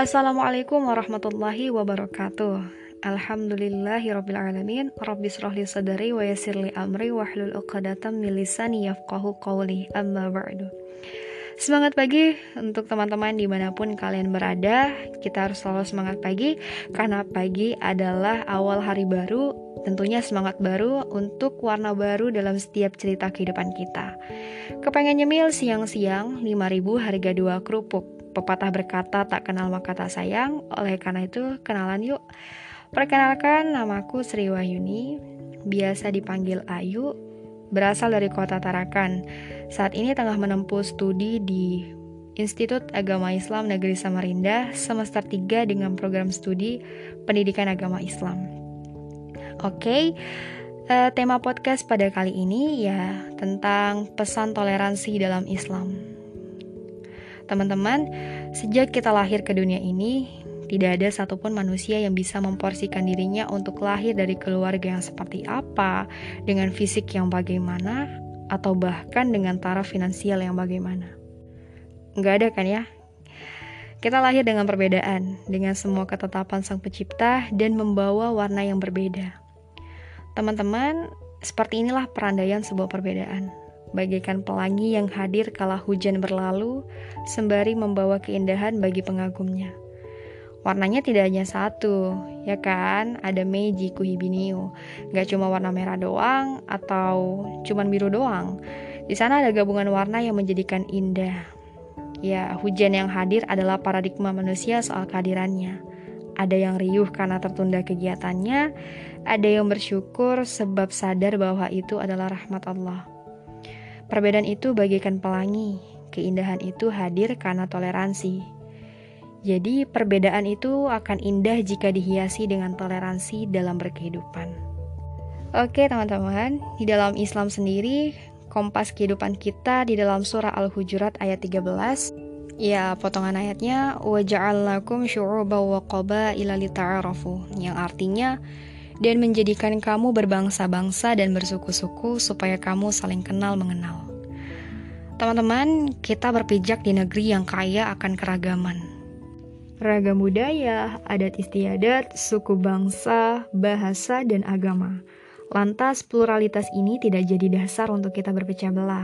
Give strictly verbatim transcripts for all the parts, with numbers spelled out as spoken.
Assalamualaikum warahmatullahi wabarakatuh. Alhamdulillahirrabbilalamin. Rabbi shrahli sadri wa yassirli amri wahlul uqadatam min lisani yafqahu qawli. Amma ba'du. Semangat pagi untuk teman-teman dimanapun kalian berada. Kita harus selalu semangat pagi, karena pagi adalah awal hari baru. Tentunya semangat baru untuk warna baru dalam setiap cerita kehidupan kita. Kepengen nyemil siang-siang, lima ribu harga dua kerupuk. Pepatah berkata tak kenal maka tak sayang. Oleh karena itu kenalan yuk. Perkenalkan, namaku Sri Wahyuni, biasa dipanggil Ayu, berasal dari kota Tarakan. Saat ini tengah menempuh studi di Institut Agama Islam Negeri Samarinda semester tiga dengan program studi Pendidikan Agama Islam. Oke, uh, tema podcast pada kali ini ya tentang pesan toleransi dalam Islam. Teman-teman, sejak kita lahir ke dunia ini, tidak ada satupun manusia yang bisa memporsikan dirinya untuk lahir dari keluarga yang seperti apa, dengan fisik yang bagaimana, atau bahkan dengan taraf finansial yang bagaimana. Nggak ada kan ya? Kita lahir dengan perbedaan, dengan semua ketetapan Sang Pencipta dan membawa warna yang berbeda. Teman-teman, seperti inilah perandaian sebuah perbedaan. Bagaikan pelangi yang hadir kala hujan berlalu, sembari membawa keindahan bagi pengagumnya. Warnanya tidak hanya satu, ya kan? Ada Meiji Kuhibiniu. Gak cuma warna merah doang, atau cuman biru doang. Di sana ada gabungan warna yang menjadikan indah. Ya, hujan yang hadir adalah paradigma manusia soal kehadirannya. Ada yang riuh karena tertunda kegiatannya, ada yang bersyukur sebab sadar bahwa itu adalah rahmat Allah. Perbedaan itu bagaikan pelangi, keindahan itu hadir karena toleransi. Jadi perbedaan itu akan indah jika dihiasi dengan toleransi dalam berkehidupan. Oke teman-teman, di dalam Islam sendiri, kompas kehidupan kita di dalam surah Al-Hujurat ayat tiga belas, ya potongan ayatnya, وَجَعَلْنَاكُمْ شُعُوبًا وَقَبَائِلَ لِتَعَارَفُوا, yang artinya, dan menjadikan kamu berbangsa-bangsa dan bersuku-suku supaya kamu saling kenal mengenal. Teman-teman, kita berpijak di negeri yang kaya akan keragaman. Ragam budaya, adat istiadat, suku bangsa, bahasa, dan agama. Lantas pluralitas ini tidak jadi dasar untuk kita berpecah belah.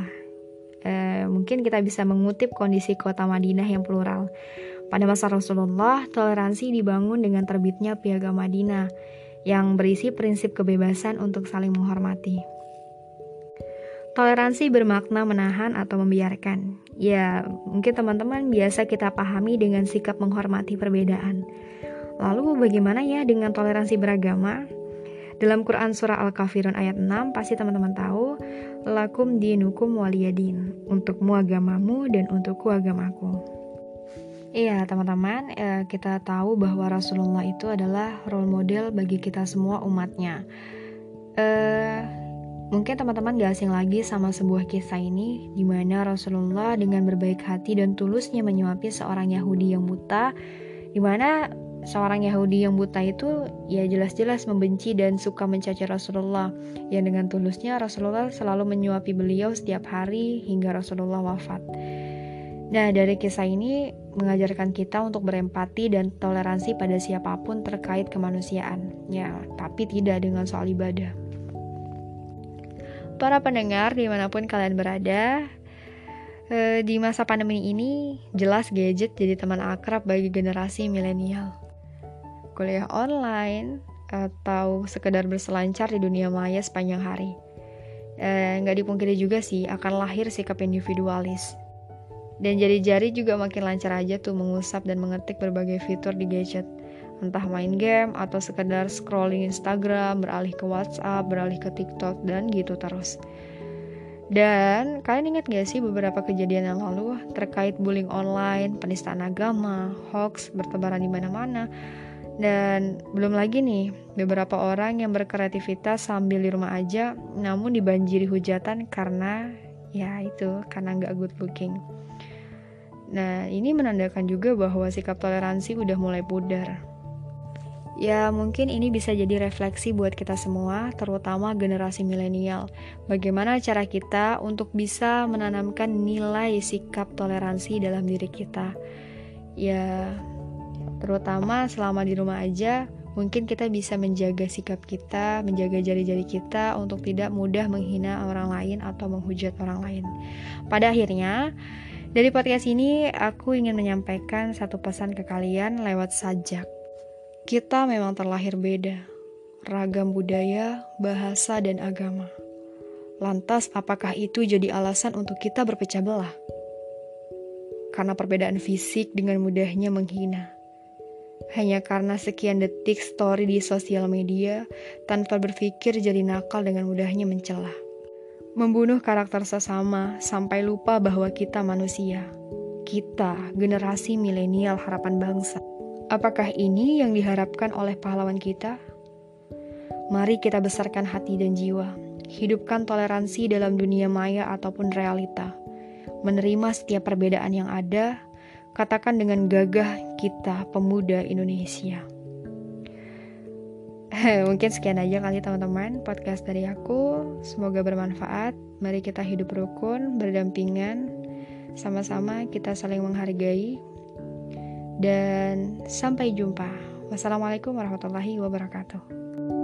E, mungkin kita bisa mengutip kondisi kota Madinah yang plural. Pada masa Rasulullah, toleransi dibangun dengan terbitnya Piagam Madinah yang berisi prinsip kebebasan untuk saling menghormati. Toleransi bermakna menahan atau membiarkan. Ya, mungkin teman-teman biasa kita pahami dengan sikap menghormati perbedaan. Lalu bagaimana ya dengan toleransi beragama? Dalam Quran surah Al-Kafirun ayat enam, pasti teman-teman tahu, lakum dinukum waliyadin, untukmu agamamu dan untukku agamaku. Iya teman-teman, eh, kita tahu bahwa Rasulullah itu adalah role model bagi kita semua umatnya. Eh, mungkin teman-teman gak asing lagi sama sebuah kisah ini, di mana Rasulullah dengan berbaik hati dan tulusnya menyuapi seorang Yahudi yang buta, di mana seorang Yahudi yang buta itu ya jelas-jelas membenci dan suka mencaci Rasulullah, yang dengan tulusnya Rasulullah selalu menyuapi beliau setiap hari hingga Rasulullah wafat. Nah, dari kisah ini mengajarkan kita untuk berempati dan toleransi pada siapapun terkait kemanusiaan. Ya, tapi tidak dengan soal ibadah. Para pendengar dimanapun kalian berada, eh, di masa pandemi ini jelas gadget jadi teman akrab bagi generasi milenial. Kuliah online atau sekedar berselancar di dunia maya sepanjang hari. Eh, nggak dipungkiri juga sih akan lahir sikap individualis. Dan jari-jari juga makin lancar aja tuh mengusap dan mengetik berbagai fitur di gadget. Entah main game atau sekedar scrolling Instagram, beralih ke WhatsApp, beralih ke TikTok, dan gitu terus. Dan kalian ingat gak sih beberapa kejadian yang lalu terkait bullying online, penistaan agama, hoax bertebaran di mana-mana. Dan belum lagi nih, beberapa orang yang berkreativitas sambil di rumah aja, namun dibanjiri hujatan karena ya itu, karena gak good looking. Nah, ini menandakan juga bahwa sikap toleransi udah mulai pudar. Ya, mungkin ini bisa jadi refleksi buat kita semua, terutama generasi milenial. Bagaimana cara kita untuk bisa menanamkan nilai sikap toleransi dalam diri kita? Ya, Terutama selama di rumah aja, mungkin kita bisa menjaga sikap kita, menjaga jari-jari kita untuk tidak mudah menghina orang lain atau menghujat orang lain. Pada akhirnya, dari podcast ini aku ingin menyampaikan satu pesan ke kalian lewat sajak. Kita memang terlahir beda, ragam budaya, bahasa, dan agama. Lantas, apakah itu jadi alasan untuk kita berpecah belah? Karena perbedaan fisik dengan mudahnya menghina. Hanya karena sekian detik story di sosial media, tanpa berpikir jadi nakal dengan mudahnya mencela. Membunuh karakter sesama sampai lupa bahwa kita manusia. Kita, generasi milenial harapan bangsa. Apakah ini yang diharapkan oleh pahlawan kita? Mari kita besarkan hati dan jiwa. Hidupkan toleransi dalam dunia maya ataupun realita. Menerima setiap perbedaan yang ada. Katakan dengan gagah, kita pemuda Indonesia. Mungkin sekian aja kali teman-teman podcast dari aku. Semoga bermanfaat. Mari kita hidup rukun, berdampingan, sama-sama kita saling menghargai. Dan sampai jumpa. Wassalamualaikum warahmatullahi wabarakatuh.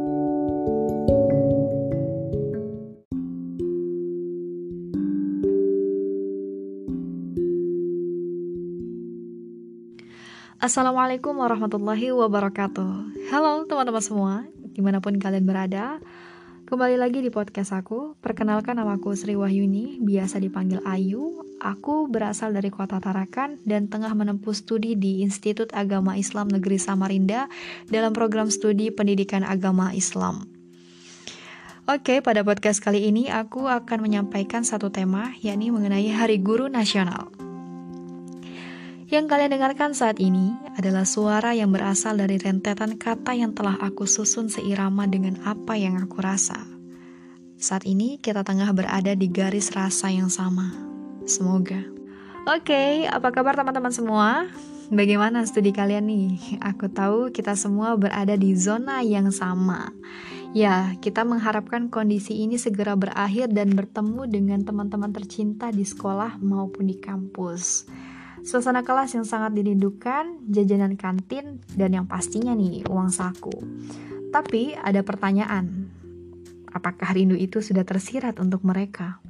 Assalamualaikum warahmatullahi wabarakatuh. Halo teman-teman semua, dimanapun kalian berada. Kembali lagi di podcast aku. Perkenalkan, namaku Sri Wahyuni, biasa dipanggil Ayu. Aku berasal dari kota Tarakan dan tengah menempuh studi di Institut Agama Islam Negeri Samarinda dalam program studi Pendidikan Agama Islam. Oke, pada podcast kali ini aku akan menyampaikan satu tema, yakni mengenai Hari Guru Nasional. Yang kalian dengarkan saat ini adalah suara yang berasal dari rentetan kata yang telah aku susun seirama dengan apa yang aku rasa. Saat ini kita tengah berada di garis rasa yang sama. Semoga. Oke, apa kabar teman-teman semua? Bagaimana studi kalian nih? Aku tahu kita semua berada di zona yang sama. Ya, kita mengharapkan kondisi ini segera berakhir dan bertemu dengan teman-teman tercinta di sekolah maupun di kampus. Suasana kelas yang sangat dirindukan, jajanan kantin, dan yang pastinya nih, uang saku. Tapi ada pertanyaan, apakah rindu itu sudah tersirat untuk mereka?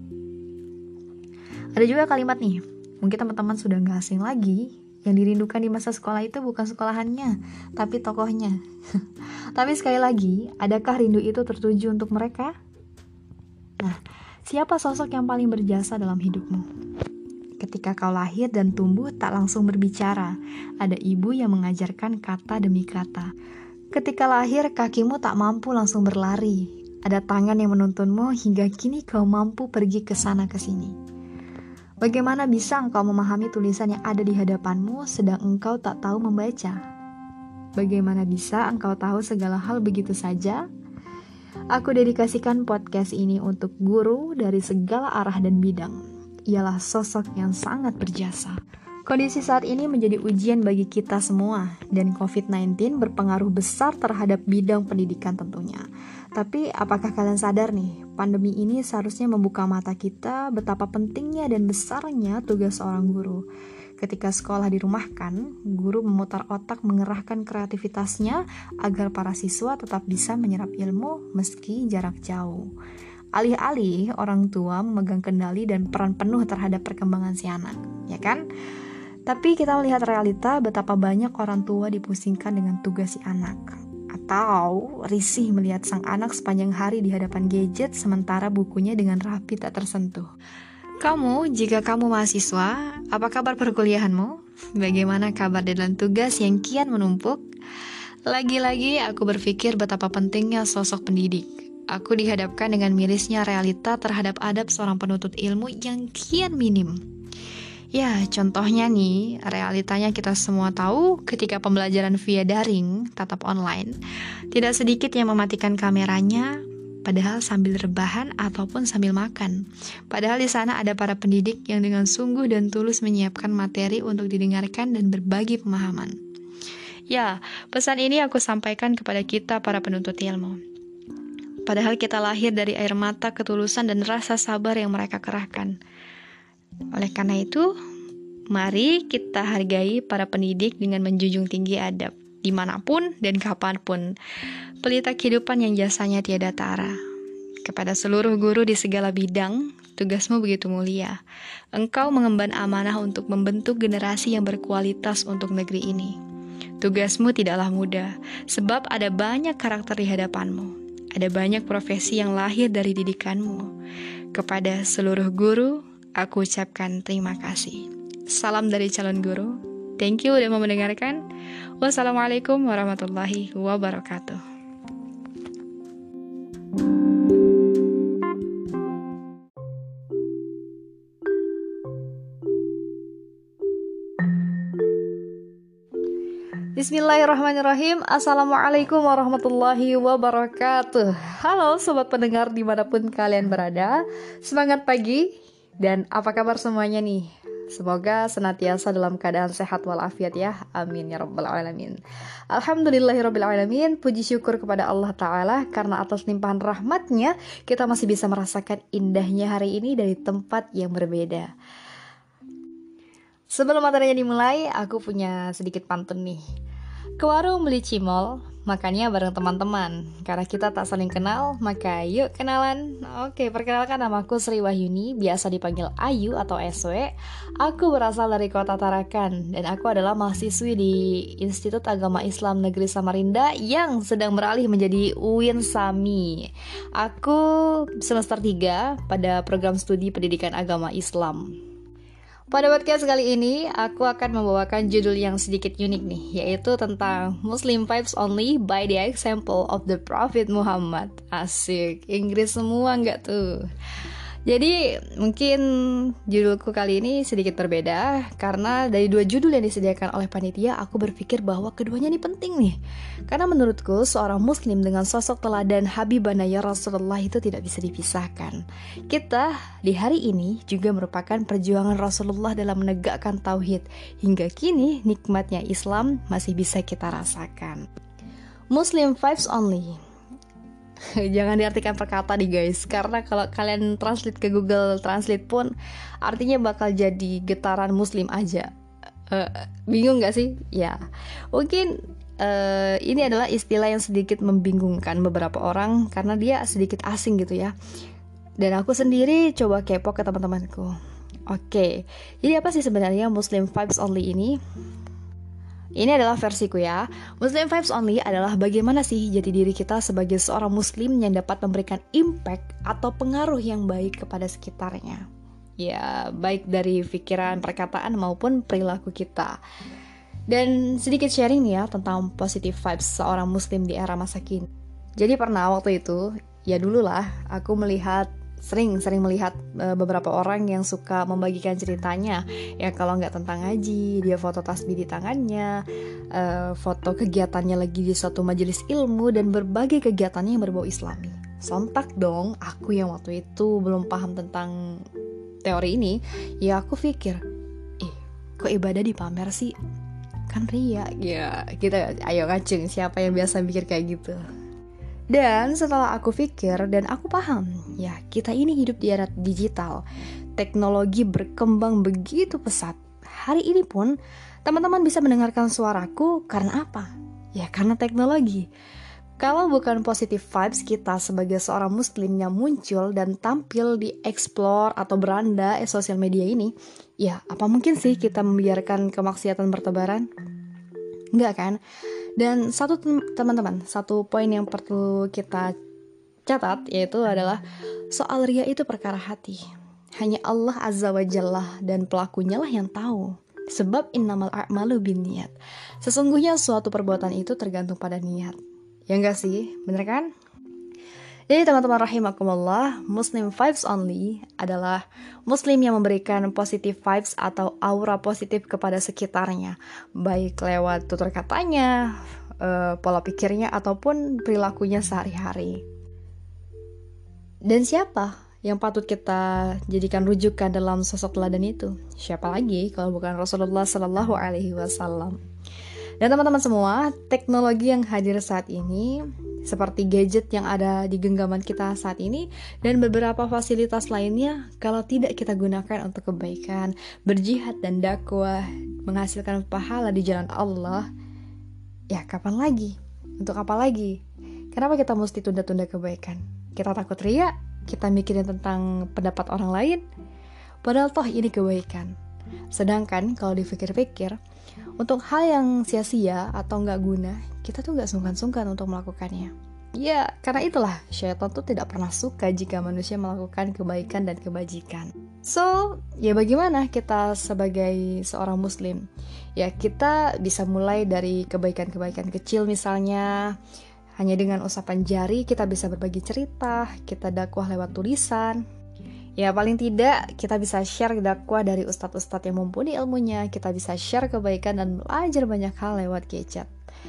Ada juga kalimat nih, mungkin teman-teman sudah gak asing lagi, yang dirindukan di masa sekolah itu bukan sekolahannya, tapi tokohnya. Tapi sekali lagi, adakah rindu itu tertuju untuk mereka? Nah, siapa sosok yang paling berjasa dalam hidupmu? Ketika kau lahir dan tumbuh tak langsung berbicara, ada ibu yang mengajarkan kata demi kata. Ketika lahir kakimu tak mampu langsung berlari, ada tangan yang menuntunmu hingga kini kau mampu pergi ke sana ke sini. Bagaimana bisa engkau memahami tulisan yang ada di hadapanmu sedang engkau tak tahu membaca? Bagaimana bisa engkau tahu segala hal begitu saja? Aku dedikasikan podcast ini untuk guru dari segala arah dan bidang. Ialah sosok yang sangat berjasa. Kondisi saat ini menjadi ujian bagi kita semua, dan covid sembilan belas berpengaruh besar terhadap bidang pendidikan tentunya. Tapi apakah kalian sadar nih, pandemi ini seharusnya membuka mata kita betapa pentingnya dan besarnya tugas seorang guru. Ketika sekolah dirumahkan, guru memutar otak mengerahkan kreativitasnya agar para siswa tetap bisa menyerap ilmu meski jarak jauh. Alih-alih orang tua memegang kendali dan peran penuh terhadap perkembangan si anak, ya kan? Tapi kita melihat realita betapa banyak orang tua dipusingkan dengan tugas si anak, atau risih melihat sang anak sepanjang hari di hadapan gadget sementara bukunya dengan rapi tak tersentuh. Kamu, jika kamu mahasiswa, apa kabar perkuliahanmu? Bagaimana kabar deadline tugas yang kian menumpuk? Lagi-lagi aku berpikir betapa pentingnya sosok pendidik. Aku dihadapkan dengan mirisnya realita terhadap adab seorang penuntut ilmu yang kian minim. Ya, contohnya nih, realitanya kita semua tahu ketika pembelajaran via daring, tatap online, tidak sedikit yang mematikan kameranya, padahal sambil rebahan ataupun sambil makan. Padahal di sana ada para pendidik yang dengan sungguh dan tulus menyiapkan materi untuk didengarkan dan berbagi pemahaman. Ya, pesan ini aku sampaikan kepada kita para penuntut ilmu. Padahal kita lahir dari air mata, ketulusan, dan rasa sabar yang mereka kerahkan. Oleh karena itu, Mari kita hargai para pendidik dengan menjunjung tinggi adab, dimanapun dan kapanpun. Pelita kehidupan yang jasanya tiada tara. Kepada seluruh guru di segala bidang, tugasmu begitu mulia. Engkau mengemban amanah untuk membentuk generasi yang berkualitas untuk negeri ini. Tugasmu tidaklah mudah, sebab ada banyak karakter di hadapanmu. Ada banyak profesi yang lahir dari didikanmu. Kepada seluruh guru, aku ucapkan terima kasih. Salam dari calon guru. Thank you udah mau mendengarkan. Wassalamualaikum warahmatullahi wabarakatuh. Bismillahirrahmanirrahim. Assalamualaikum warahmatullahi wabarakatuh. Halo sobat pendengar dimanapun kalian berada. Semangat pagi. Dan apa kabar semuanya nih? Semoga senantiasa dalam keadaan sehat walafiat ya. Amin ya rabbal alamin. Alhamdulillahirabbil alamin. Puji syukur kepada Allah Ta'ala, karena atas limpahan rahmatnya kita masih bisa merasakan indahnya hari ini dari tempat yang berbeda. Sebelum materinya dimulai, aku punya sedikit pantun nih. Ke warung beli cimol, makannya bareng teman-teman. Karena kita tak saling kenal, maka yuk kenalan. Oke, perkenalkan, namaku Sri Wahyuni, biasa dipanggil Ayu atau S W. Aku berasal dari kota Tarakan, dan aku adalah mahasiswi di Institut Agama Islam Negeri Samarinda yang sedang beralih menjadi U I N Sami. Aku semester tiga pada program studi pendidikan agama Islam. Pada podcast kali ini, aku akan membawakan judul yang sedikit unik nih, yaitu tentang Muslim Vibes Only by the Example of the Prophet Muhammad. Asik, Inggris semua nggak tuh? Jadi mungkin judulku kali ini sedikit berbeda, karena dari dua judul yang disediakan oleh panitia, aku berpikir bahwa keduanya ini penting nih. Karena menurutku seorang muslim dengan sosok teladan Habibana ya Rasulullah itu tidak bisa dipisahkan. Kita di hari ini juga merupakan perjuangan Rasulullah dalam menegakkan tauhid. Hingga kini nikmatnya Islam masih bisa kita rasakan. Muslim Vibes Only. Jangan diartikan per kata nih guys, karena kalau kalian translate ke Google Translate pun artinya bakal jadi getaran muslim aja. uh, Bingung gak sih? Ya, mungkin uh, ini adalah istilah yang sedikit membingungkan beberapa orang karena dia sedikit asing gitu ya. Dan aku sendiri coba kepo ke teman-temanku. Oke, jadi apa sih sebenarnya Muslim Vibes Only ini? Ini adalah versiku ya. Muslim Vibes Only adalah bagaimana sih jati diri kita sebagai seorang muslim yang dapat memberikan impact atau pengaruh yang baik kepada sekitarnya. Ya, baik dari pikiran, perkataan maupun perilaku kita. Dan sedikit sharing nih ya tentang positive vibes seorang muslim di era masa kini. Jadi pernah waktu itu, ya dululah aku melihat Sering-sering melihat uh, beberapa orang yang suka membagikan ceritanya. Ya kalau nggak tentang ngaji, dia foto tasbih di tangannya, uh, foto kegiatannya lagi di suatu majelis ilmu, dan berbagai kegiatannya yang berbau islami. Sontak dong, aku yang waktu itu belum paham tentang teori ini, ya aku pikir, eh kok ibadah dipamer sih? Kan ria. Ya kita ayo ngaceng, siapa yang biasa mikir kayak gitu. Dan setelah aku pikir dan aku paham, ya kita ini hidup di era digital. Teknologi berkembang begitu pesat. Hari ini pun teman-teman bisa mendengarkan suaraku karena apa? Ya karena teknologi. Kalau bukan positive vibes kita sebagai seorang muslim yang muncul dan tampil di explore atau beranda eh, sosial media ini, ya apa mungkin sih kita membiarkan kemaksiatan bertebaran? Enggak kan? Dan satu teman-teman, satu poin yang perlu kita catat yaitu adalah soal ria itu perkara hati. Hanya Allah Azza wa Jalla dan pelakunya lah yang tahu. Sebab innamal a'malu binniyat. Sesungguhnya suatu perbuatan itu tergantung pada niat. Ya enggak sih? Bener kan? Jadi teman-teman rahimakumullah, Muslim Vibes Only adalah muslim yang memberikan positive vibes atau aura positif kepada sekitarnya, baik lewat tutur katanya, uh, pola pikirnya, ataupun perilakunya sehari-hari. Dan siapa yang patut kita jadikan rujukan dalam sosok teladan itu? Siapa lagi kalau bukan Rasulullah Sallallahu Alaihi Wasallam? Dan teman-teman semua, teknologi yang hadir saat ini, seperti gadget yang ada di genggaman kita saat ini, dan beberapa fasilitas lainnya, kalau tidak kita gunakan untuk kebaikan, berjihad dan dakwah, menghasilkan pahala di jalan Allah, ya kapan lagi? Untuk apa lagi? Kenapa kita mesti tunda-tunda kebaikan? Kita takut riya? Kita mikirin tentang pendapat orang lain? Padahal toh ini kebaikan. Sedangkan kalau dipikir-pikir, untuk hal yang sia-sia atau nggak guna, kita tuh nggak sungkan-sungkan untuk melakukannya. Ya, karena itulah syaitan tuh tidak pernah suka jika manusia melakukan kebaikan dan kebajikan. So, ya bagaimana kita sebagai seorang muslim? Ya, kita bisa mulai dari kebaikan-kebaikan kecil misalnya. Hanya dengan usapan jari kita bisa berbagi cerita, kita dakwah lewat tulisan. Ya paling tidak kita bisa share dakwah dari ustadz-ustadz yang mumpuni ilmunya. Kita bisa share kebaikan dan belajar banyak hal lewat gadget.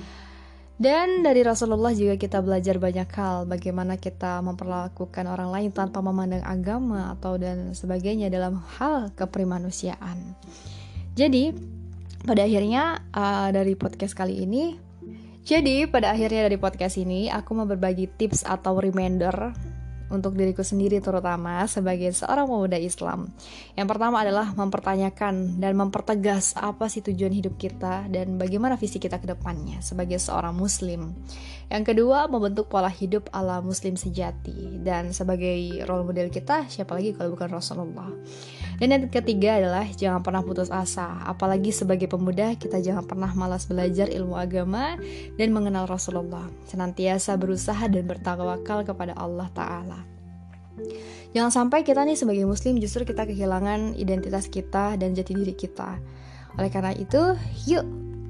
Dan dari Rasulullah juga kita belajar banyak hal. Bagaimana kita memperlakukan orang lain tanpa memandang agama atau dan sebagainya dalam hal keprimanusiaan. Jadi pada akhirnya uh, dari podcast kali ini Jadi pada akhirnya dari podcast ini aku mau berbagi tips atau reminder untuk diriku sendiri terutama sebagai seorang pemuda Islam. Yang pertama adalah mempertanyakan dan mempertegas apa sih tujuan hidup kita dan bagaimana visi kita ke depannya sebagai seorang muslim. Yang kedua, membentuk pola hidup ala muslim sejati, dan sebagai role model kita siapa lagi kalau bukan Rasulullah. Dan yang ketiga adalah jangan pernah putus asa. Apalagi sebagai pemuda kita jangan pernah malas belajar ilmu agama dan mengenal Rasulullah. Senantiasa berusaha dan bertawakal kepada Allah Ta'ala. Jangan sampai kita nih sebagai muslim justru kita kehilangan identitas kita dan jati diri kita. Oleh karena itu, yuk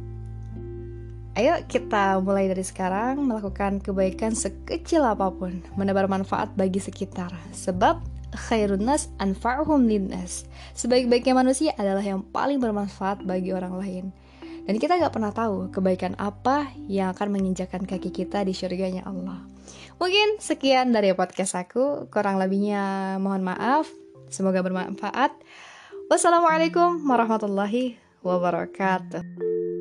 Ayo kita mulai dari sekarang melakukan kebaikan sekecil apapun, menebar manfaat bagi sekitar. Sebab khairun nas anfa'uhum linnas. Sebaik-baiknya manusia adalah yang paling bermanfaat bagi orang lain. Dan kita gak pernah tahu kebaikan apa yang akan menginjakan kaki kita di syurganya Allah. Mungkin sekian dari podcast aku, kurang lebihnya mohon maaf. Semoga bermanfaat. Wassalamualaikum warahmatullahi wabarakatuh.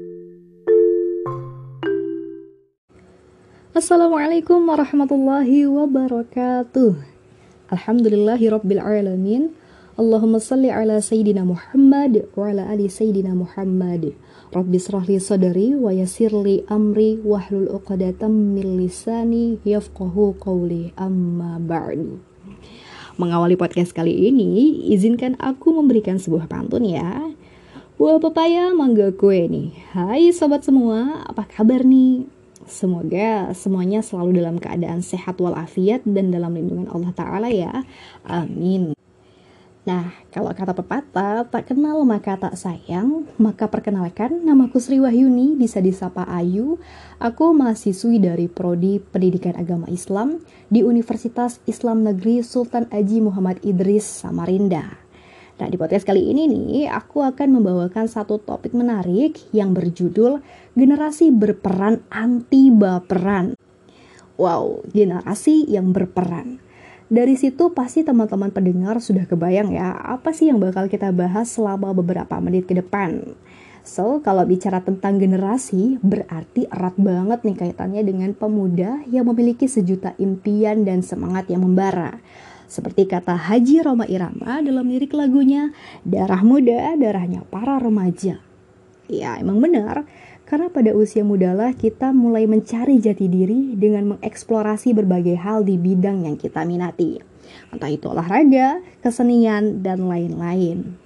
Assalamualaikum warahmatullahi wabarakatuh. Alhamdulillahi rabbil alamin. Allahumma salli ala Sayyidina Muhammad wa ala ali Sayyidina Muhammad. Rabbi srahli sadri wa yassirli amri wahlul uqdatam min lisani yafqahu qawli, amma ba'du. Mengawali podcast kali ini, izinkan aku memberikan sebuah pantun ya. Buah pepaya, mangga kue nih. Hai sobat semua, apa kabar nih? Semoga semuanya selalu dalam keadaan sehat walafiat dan dalam lindungan Allah Ta'ala ya. Amin. Nah, kalau kata pepatah, tak kenal maka tak sayang, maka perkenalkan, namaku Sri Wahyuni, bisa disapa Ayu. Aku mahasiswi dari Prodi Pendidikan Agama Islam di Universitas Islam Negeri Sultan Haji Muhammad Idris, Samarinda. Nah, di podcast kali ini nih, aku akan membawakan satu topik menarik yang berjudul Generasi Berperan Anti Baperan. Wow, generasi yang berperan. Dari situ pasti teman-teman pendengar sudah kebayang ya, apa sih yang bakal kita bahas selama beberapa menit ke depan. So, kalau bicara tentang generasi, berarti erat banget nih kaitannya dengan pemuda yang memiliki sejuta impian dan semangat yang membara. Seperti kata Haji Rhoma Irama dalam lirik lagunya, darah muda, darahnya para remaja. Ya, emang benar, karena pada usia mudalah kita mulai mencari jati diri dengan mengeksplorasi berbagai hal di bidang yang kita minati. Entah itu olahraga, kesenian, dan lain-lain.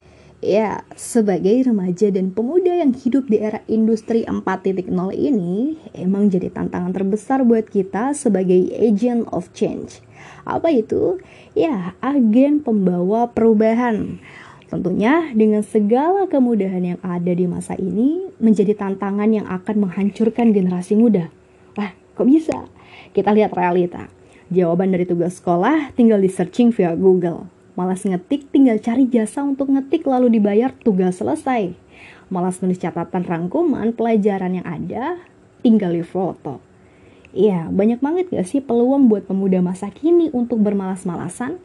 Ya, sebagai remaja dan pemuda yang hidup di era industri empat titik nol ini, emang jadi tantangan terbesar buat kita sebagai agent of change. Apa itu? Ya, agen pembawa perubahan. Tentunya dengan segala kemudahan yang ada di masa ini menjadi tantangan yang akan menghancurkan generasi muda. Lah, kok bisa? Kita lihat realita. Jawaban dari tugas sekolah tinggal di searching via Google. Malas ngetik tinggal cari jasa untuk ngetik lalu dibayar, tugas selesai. Malas nulis catatan rangkuman pelajaran yang ada, tinggal di foto. Iya, banyak banget gak sih peluang buat pemuda masa kini untuk bermalas-malasan?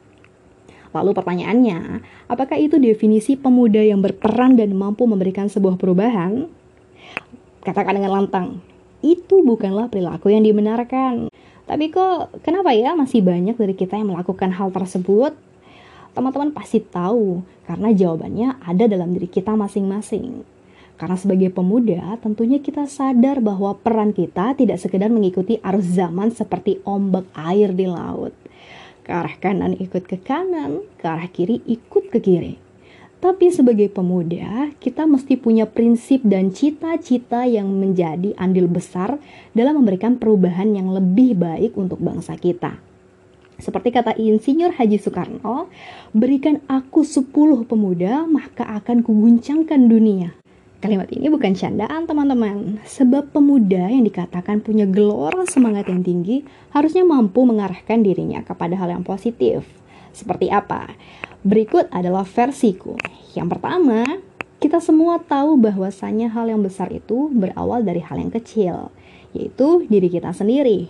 Lalu pertanyaannya, apakah itu definisi pemuda yang berperan dan mampu memberikan sebuah perubahan? katakan dengan lantang, itu bukanlah perilaku yang dibenarkan. Tapi kok kenapa ya masih banyak dari kita yang melakukan hal tersebut? Teman-teman pasti tahu, karena jawabannya ada dalam diri kita masing-masing. Karena sebagai pemuda, tentunya kita sadar bahwa peran kita tidak sekedar mengikuti arus zaman seperti ombak air di laut. Ke arah kanan ikut ke kanan, ke arah kiri ikut ke kiri. Tapi sebagai pemuda, kita mesti punya prinsip dan cita-cita yang menjadi andil besar dalam memberikan perubahan yang lebih baik untuk bangsa kita. Seperti kata Insinyur Haji Soekarno, berikan aku sepuluh pemuda, maka akan kuguncangkan dunia. Kalimat ini bukan candaan teman-teman, sebab pemuda yang dikatakan punya gelora semangat yang tinggi harusnya mampu mengarahkan dirinya kepada hal yang positif. Seperti apa? Berikut adalah versiku. Yang pertama, kita semua tahu bahwasanya hal yang besar itu berawal dari hal yang kecil, yaitu diri kita sendiri.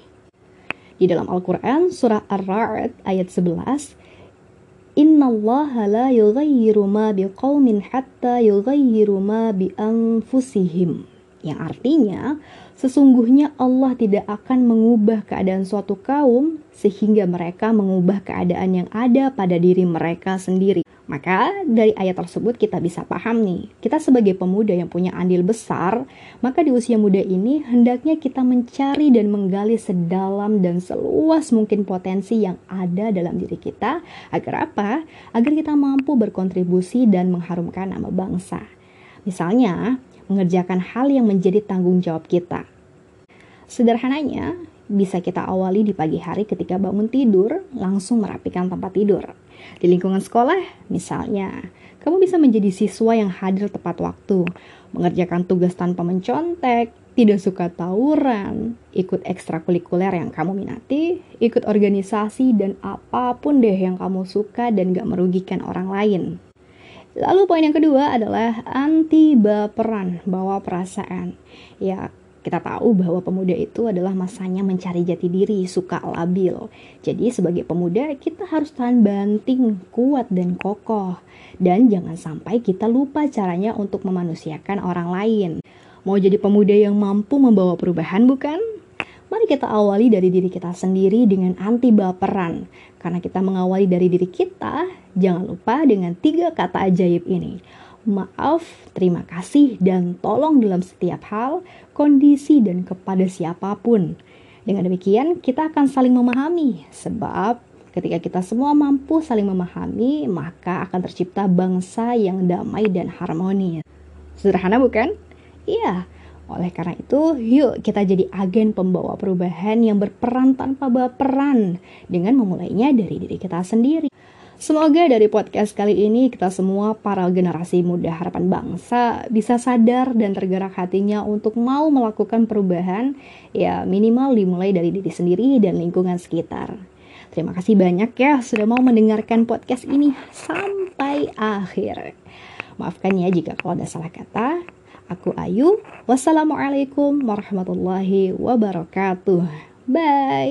Di dalam Al-Quran, surah Ar-Ra'd ayat sebelas, Innallaha la yughayyiru ma biqaumin hatta yughayyiru ma bi anfusihim. Yang artinya, sesungguhnya Allah tidak akan mengubah keadaan suatu kaum sehingga mereka mengubah keadaan yang ada pada diri mereka sendiri. Maka dari ayat tersebut kita bisa paham nih, kita sebagai pemuda yang punya andil besar, maka di usia muda ini hendaknya kita mencari dan menggali sedalam dan seluas mungkin potensi yang ada dalam diri kita. Agar apa? Agar kita mampu berkontribusi dan mengharumkan nama bangsa. Misalnya, mengerjakan hal yang menjadi tanggung jawab kita. Sederhananya, bisa kita awali di pagi hari ketika bangun tidur, langsung merapikan tempat tidur. Di lingkungan sekolah, misalnya, kamu bisa menjadi siswa yang hadir tepat waktu, mengerjakan tugas tanpa mencontek, tidak suka tawuran, ikut ekstrakurikuler yang kamu minati, ikut organisasi, dan apapun deh yang kamu suka dan gak merugikan orang lain. Lalu poin yang kedua adalah anti baperan, bawa perasaan. Ya, kita tahu bahwa pemuda itu adalah masanya mencari jati diri, suka labil. Jadi sebagai pemuda kita harus tahan banting, kuat dan kokoh. Dan jangan sampai kita lupa caranya untuk memanusiakan orang lain. Mau jadi pemuda yang mampu membawa perubahan bukan? Mari kita awali dari diri kita sendiri dengan anti baperan. Karena kita mengawali dari diri kita, jangan lupa dengan tiga kata ajaib ini. Maaf, terima kasih, dan tolong dalam setiap hal, kondisi, dan kepada siapapun. Dengan demikian, kita akan saling memahami. Sebab ketika kita semua mampu saling memahami, maka akan tercipta bangsa yang damai dan harmonis. Sederhana bukan? Iya. Oleh karena itu, yuk kita jadi agen pembawa perubahan yang berperan tanpa baperan dengan memulainya dari diri kita sendiri. Semoga dari podcast kali ini kita semua para generasi muda harapan bangsa bisa sadar dan tergerak hatinya untuk mau melakukan perubahan, ya minimal dimulai dari diri sendiri dan lingkungan sekitar. Terima kasih banyak ya sudah mau mendengarkan podcast ini sampai akhir. Maafkan ya jika kalau ada salah kata. Aku Ayu, wassalamualaikum warahmatullahi wabarakatuh. Bye.